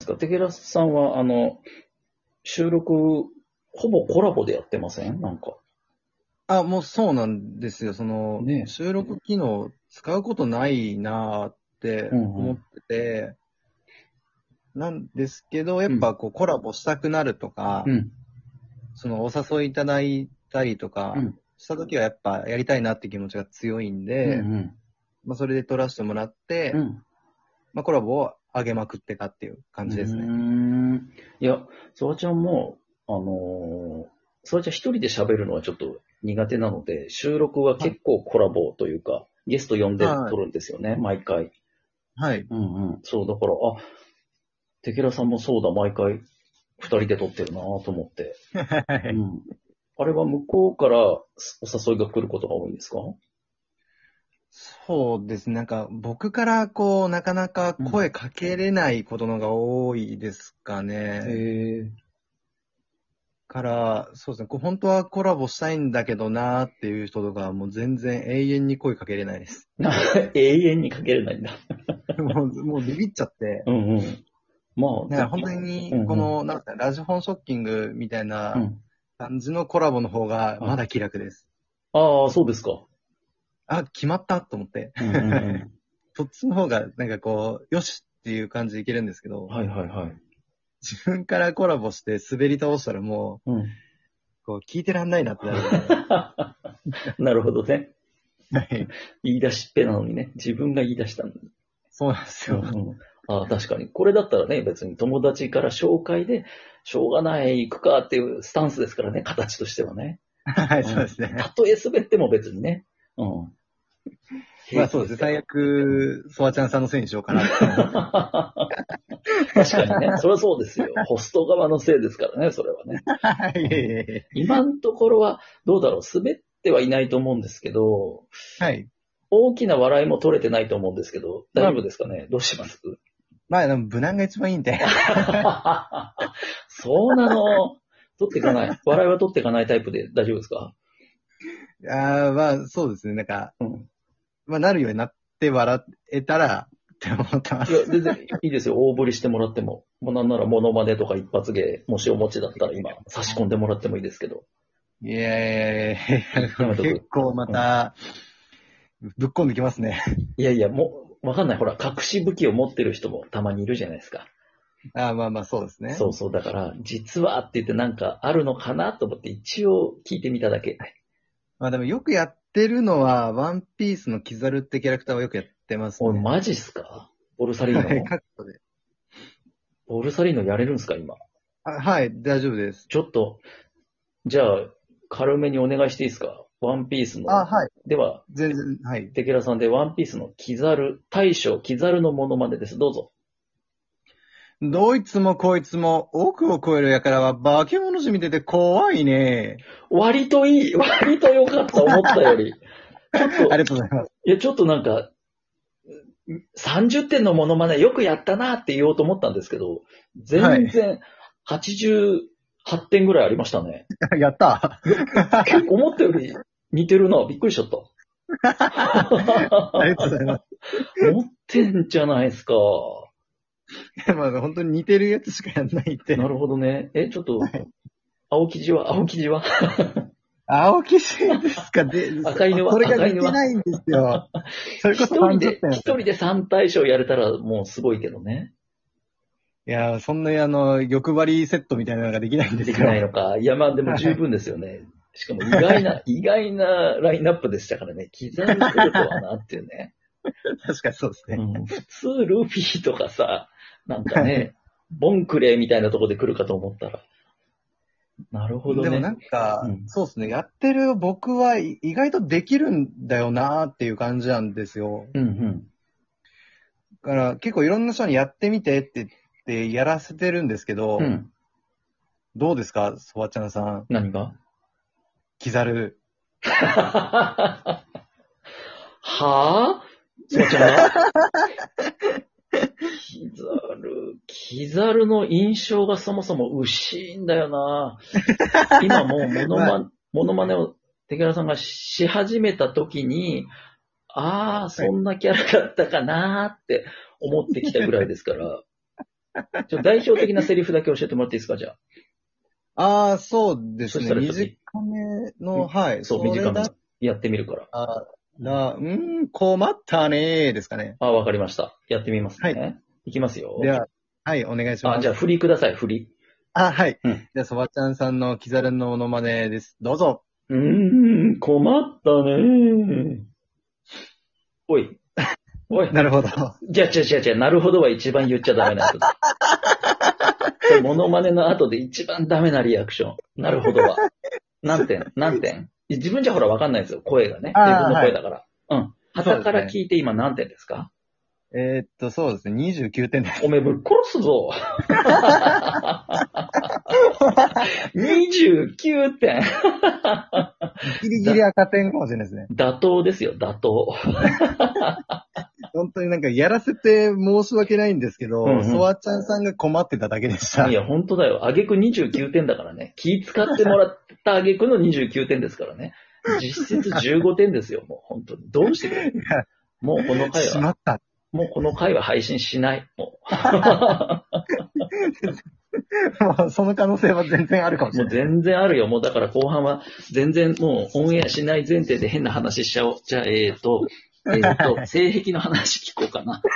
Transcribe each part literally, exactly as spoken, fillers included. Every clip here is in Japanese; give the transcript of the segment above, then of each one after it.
ですか。テケラさんは、あの、収録、ほぼコラボでやってませんなんか。 あ、もうそうなんですよ。その、 ね。 収録機能使うことないなーってうんうん。 思ってて、なんですけど、やうん。 っぱこうコラボしたくなるとか、 うん。 そのお誘いいただいたりとかうん。 したときはやっぱやりたいなって気持ちが強いんうん。 で、 うん。 まあそれで撮らせてもらって、 うん。 まあコラボを上げまくってかっていう感うーじですね。 ん。いや、そらちゃんも、あのー、そらちゃん一人で喋るのはちょっと苦手なので、収録ははい。 結構コラボというか、ゲスト呼んではい。 撮るんですよね、毎回。 はい。 うんうん。そう、だから、あ、テケラさんもそうだ、毎回二人で撮ってるなと思って。 はい。 うん。あれは向こうからお誘いが来ることが多いんですか？ そうですね。なんか僕からこう、なかなかうん。 声かけれないことのが多いですかへね。 え。 から、そうですね。こう本当はコラボしたいんだけどなーっていう人とかはもう全然永遠に声かけれないです。 永遠にかけれないんだ。 もう、もうビビっちゃって。 うんうん。まあ、でき、 だから本当に、こうんうん。 の、なんかラジフォンショッキングみたいなうん。 感じのコラボの方がはい。 まだ気楽です。 ああ、そうですか。 あ、決まったと思って。 うんうんうん。 そっちの方が、なんかこう、よしっていう感じでいけるんですけど、 はいはいはい。 自分からコラボして滑り倒したらもうん。 う、こう、聞いてらんないなってなるんで。 なるほどね。 はい。 言い出しっぺなのにね。自分が言い出したのに。 そうなんですよ。 うんうん。ああ、確かに。これだったらね、別に友達から紹介で、しょうがない、行くかっていうスタンスですからね、形としてはね。 はい、 うん。 そうですね。 たとえ滑っても別にね。うん。 まあそうですね。 平気ですから。 最悪、ソワちゃんさんのせいにしようかなって思って。 確かにね。それはそうですよ。ホスト側のせいですからね、それはね。 はい、いえいうん。 えいえ。 今のところは、どうだろう。滑ってはいないと思うんですけど、 はい。 大きな笑いも取れてないと思うんですけど、大まあ、 丈夫ですかね？どうします？ まあ、でも無難が一番いいんで。 そうなの。取っていかない。笑いは取っていかないタイプで大丈夫ですか？ ああ、まあ、そうですね。なんか、 うん。 まあ、なるようになって笑えたら、って思ってまいや、 す。 全然いいですよ。大振りしてもらっても。もうなんならモノマネとか一発芸、もしお持ちだったら今、差し込んでもらってもいいですけど。 いやいやいやいいやや、 めとく。 結構まうん。 た、ぶっこんできますね。 いやいや、もう、わかんない。ほら、隠し武器を持ってる人もたまにいるじゃないですか。 ああ、まあまあ、そうですね。 そうそう。だから、実はって言ってなんかあるのかなと思って一応聞いてみただけ。 まあでもよくやってるのは、ワンピースのキザルってキャラクターをよくやってますおい、 ね。 マジっすか？ボルサリーはい、 ノ？ カットで。 ボルサリーノやれるんすか今？ あ、はい、大丈夫です。 ちょっと、じゃあ、軽めにお願いしていいですか？ワンピースの、 あ、はい。 では、 全然、はい。 テケラさんでワンピースのキザル、大将、キザルのモノマネです。どうぞ。 どいつもこいつも奥を越える輩は化け物じみてて怖いね。 割といい、割と良かった、思ったより。ちょっと、 ありがとうございます。 いや、ちょっとなんか、さんじゅってんのモノマネよくやったなって言おうと思ったんですけど、 はい。 全然はちじゅうはってんぐらいありましたね。 やった。 いや、結構思ったより似てるな。びっくりしちゃった。 ありがとうございます。 持ってんじゃないですか。 まあ本当に似てるやつしかやんないって。 なるほどね。え、ちょっと、 はい。 青生地は青生地は青木氏ですかで、 赤犬はそれが似赤犬はてないんですよ。それこそ30 一人で、 点だった。 一人で三対象やれたらもうすごいけどね。 いやー、そんなあの、欲張りセットみたいなのができないんでできないすよ。 のか。いや、まあでも十はい。 分ですよね。しかも意外な、意外なラインナップでしたからね。キザル来るとはなっていうね。 確かにそうですね。 うん、普通ルフィとかさ、なんかはい。 ね、ボンクレーみたいなとこで来るかと思ったら。なるほどね。 でもなんか、 うん。 そうですね。やってる僕は意外とできるんだよなーっていう感じなんですよ。 うんうん。 だから結構いろんな人にやってみてって言ってやらせてるんですけど、 うん。 どうですかソワちゃんさん。 何が？ キザル。 はぁ？そばちゃんがキザル、キザルの印象がそもそも薄いんだよな。今もうモノまあ、 マ、モノマネを竹原さんがし始めた時に、ああ、 はい。 そんなキャラだったかなーって思ってきたぐらいですから。 ちょ代表的なセリフだけ教えてもらっていいですか、じゃあ。 ああ、そうですね。 そしたらちょっと短めの、はい。 そう、 れ短めだにやってみるから。 あら、うーん、困ったねーですかね。 あ、わかりました。やってみますね。 はい。 いきますよ。 では、はい、お願いしあ、 ます。 じゃあ振りください、振り。 あ、はい。 うんじゃあ、そばちゃんさんのキザルのモノマネです。どうぞ。 うーん、困ったねー。おい。おい。 なるほど。 じゃあ、違う違う違う。なるほどは一番言っちゃダメなやつだ。それモノマネの後で一番ダメなリアクション。なるほどは。何点何点自分じゃほらわかんないですよ。声がね。 あー自分の声だから。うん。 そうですね旗から聞いて今何点ですか？ えーっと、そうですね。にじゅうきゅうてんです。 おめえぶっ殺すぞ。にじゅうきゅうてん。 ギリギリ赤点かもしれないですね。 妥当ですよ、妥当。 本当になんかやらせて申し訳ないんですけど、 うんうんソワちゃんさんが困ってただけでした。 いや、本当だよ。あげくにじゅうきゅうてんだからね。気使ってもらったあげくのにじゅうきゅうてんですからね。実質じゅうごてんですよ、もう本当に。どうしてくれる？もうこの回は、 しまった。 もうこの回は配信しない。ももうその可能性は全然あるかもう、 しれない。 もう全然あるよ。もうだから後半は全然もうオンエアしない前提で変な話しちゃおう。じゃあ、えーと、えーと、性癖の話聞こうかな。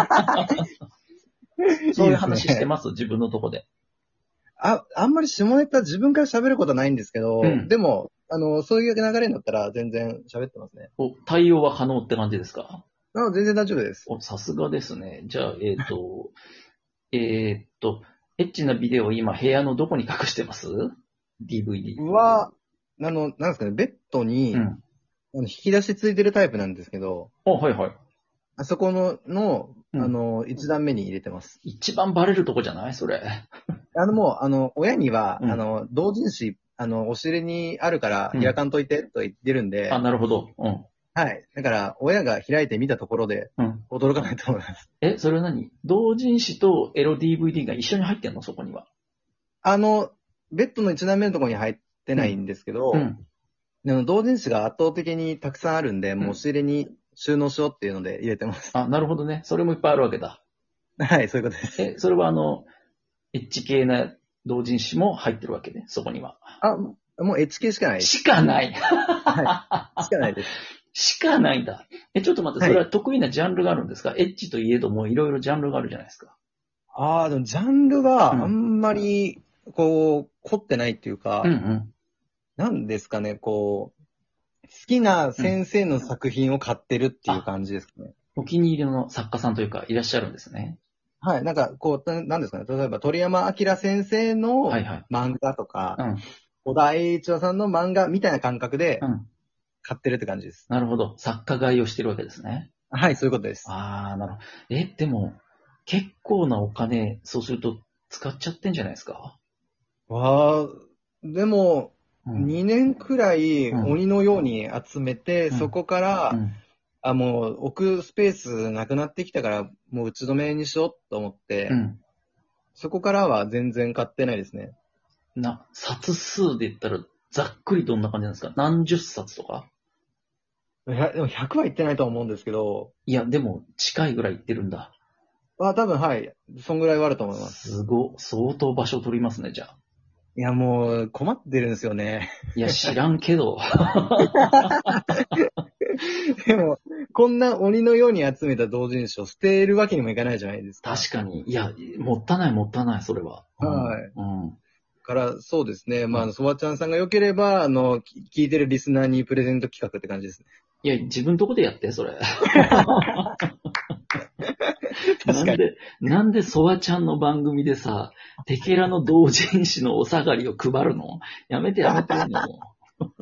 そういう話してます、自分のとこで。 あ、あんまり下ネタ自分から喋ることはないんですけど、 うんでも、あの、そういう流れになったら全然喋ってますね。 お対応は可能って感じですか？ あ、全然大丈夫です。 お、さすがですね。じゃあ、えっ、と、えーっと、エッチなビデオを今部屋のどこに隠してます？ ディーブイディー。 うわ、あの、なんですかね、ベッドに、 うん。 あの引き出しついてるタイプなんですけど、 あ、はいはい。 あそこの、の、 うんあの、一段目に入れてます。 一番バレるとこじゃないそれ。 あの、もう、あの、親には、 うんあの、同人誌、あの、お尻にあるから開かんといて、と言ってるんで、 あ、なるほど。うん。 はい。だから、親が開いてみたところで、 うん。 驚かないと思います。 え、それは何？同人誌とエロ ディーブイディー が一緒に入ってんのそこには。 あの、ベッドの一段目のところに入ってないんですけど、 うん。 あの同人誌が圧倒的にたくさんあるんで、もう押し入れに収納しようっていうので入れてます。 あ、なるほどね。それもいっぱいあるわけだ。 はい、そういうことです。 え、それはあの、エッチ系な同人誌も入ってるわけね。そこには。 あ、もう エイチケー しかないです。 しかない。 はい。しかないです。 しかないんだ。え、ちょっと待って、それは得意なジャンルがあるんですか？エッチといえどもいろいろジャンルがあるじゃないですか。 ああ、でもジャンルがうんあんまり、こう、凝ってないっていうか、 うんうん。 なんですかね、こう、好きな先生の作品を買ってるっていう感じですかね。 お気に入りの作家さんというか、いらっしゃるんですね。 はい。なんか、こう、ななんですかね。例えば、鳥山明先生のはいはい。 漫画とか、 うん。 小田栄一郎さんの漫画みたいな感覚でうん。 買ってるって感じです。 なるほど。作家買いをしてるわけですね。 はい、そういうことです。 ああ、なるほど。え、でも、結構なお金、そうすると使っちゃってんじゃないですか？ わあ、でも、 うん。 にねんくらいうん鬼のように集めて、 うんそこから、 うん。 あ、もう置くスペースなくなってきたから、もう打ち止めにしようと思って、 うん。 そこからは全然買ってないですね。 な、冊数で言ったら、ざっくりどんな感じなんですか？何十冊とか？ いや、でもひゃくはいってないとは思うんですけど、 いや、でも、近いぐらい行ってるんだ。 あ、多分はい、そんぐらいはあると思います。 すご、相当場所取りますね、じゃあ。 いや、もう困ってるんですよね。 いや、知らんけど。 でも、こんな鬼のように集めた同人誌を捨てるわけにもいかないじゃないですか。 確かに。いや、もったいない、もったいない、それは。 はいうん。 から、そうですね。まあ、そばちゃんさんが良ければ、あの、き聞いてるリスナーにプレゼント企画って感じですね。 いや、自分とこでやって、それ。 確かに。 なんで、なんでソワちゃんの番組でさ、テケラの同人誌のお下がりを配るの？やめてやめてもう。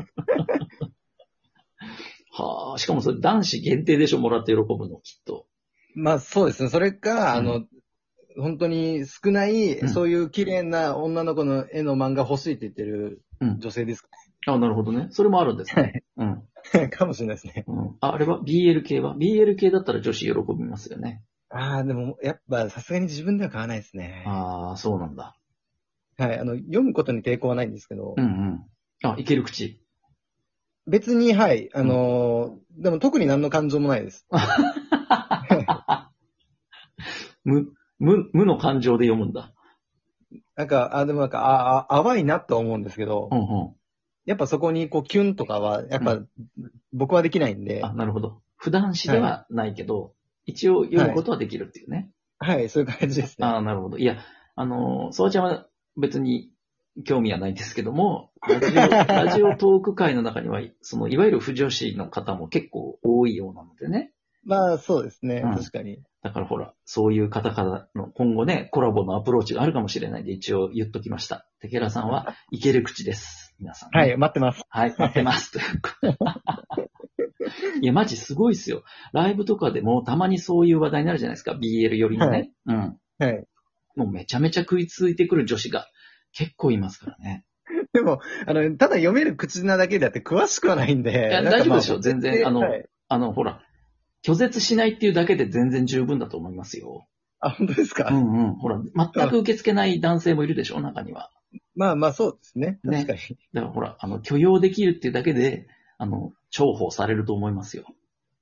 はあ、しかもそれ男子限定でしょ、もらって喜ぶの、きっと。 まあ、そうですね。それか、あうの、本当に少ない、 うんそういう綺麗な女の子の絵の漫画欲しいって言ってるうん。 女性ですかあ、なるほどね。それもあるんですね。うん。 ね。かもしれないですね。 うん。あ、あれは ビーエル 系は ビーエル 系だったら女子喜びますよね。 ああ、でも、やっぱ、さすがに自分では買わないですね。 ああ、そうなんだ。 はい。あの、読むことに抵抗はないんですけど、 うんうん。あ、いける口。 別に、はい。あのーでも特に何の感情もないです。 無、 無、無の感情で読むんだ。 なんか、あ、でもなんか、あ、あ、淡いなとは思うんですけど、 うんうん。 やっぱそこにこう、キュンとかは、やっぱ、 う僕はできないんで、 あ、なるほど。普段詩ではないけど、一応読むことはできるっていうね。 はい、そういう感じですね。 ああ、なるほど。いや、あのー、ソワちゃんは別に興味はないんですけども、ラジオ、ラジオトーク界の中には、その、いわゆる不女子の方も結構多いようなのでね。 まあ、そうですね、 うん確かに。 だからほら、そういう方からの今後ね、コラボのアプローチがあるかもしれないんで、一応言っときました。テケラさんは、いける口です。皆さん、ね。 はい、待ってます。 はい、待ってます。ということでいや、マジすごいっすよ。ライブとかでもたまにそういう話題になるじゃないですか。ビーエル よりのね。 はいうん。 はい。 もうめちゃめちゃ食いついてくる女子が結構いますからね。 でも、あの、ただ読める口なだけであって詳しくはないんで。 いや、 なんかまあ大丈夫でしょ。全然、あの、 はいあの、ほら、拒絶しないっていうだけで全然十分だと思いますよ。 あ、本当ですか、 うんうん。ほら、全く受け付けない男性もいるでしょ、中には。 まあまあそうですね。 ね確かに。 だからほら、あの、許容できるっていうだけで、あの、重宝されると思いますよ。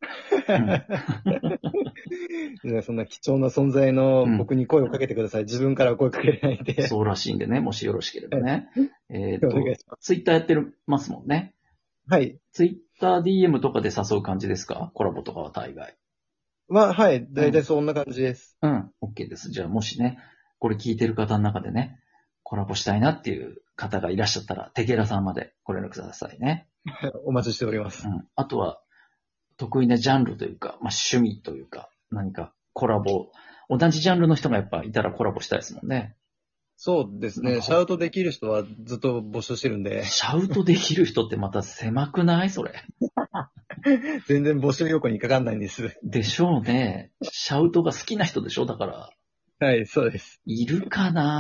いやそんな貴重な存在の僕に声をかけてください。自分からは声かけれないんで。 そうらしいんでね、もしよろしければね。えっとお願いしま、 ツイッターやってますもんね。 はい。 ツイッター ディーエム とかで誘う感じですか？コラボとかは大概。 まあ、はい。だいたいそんな感じです。 うん。OK です。じゃあもしね、これ聞いてる方の中でね、コラボしたいなっていう方がいらっしゃったら、テケラさんまでご連絡くださいね。 お待ちしておりますう。ん。あとは、得意なジャンルというか、まあ、趣味というか、何かコラボ、同じジャンルの人がやっぱいたらコラボしたいですもんね。 そうですね。 なんかシャウトできる人はずっと募集してるんで、 シャウトできる人ってまた狭くないそれ。 全然募集要項にかかんないんです。 でしょうね。シャウトが好きな人でしょだから。 はい、そうです。 いるかな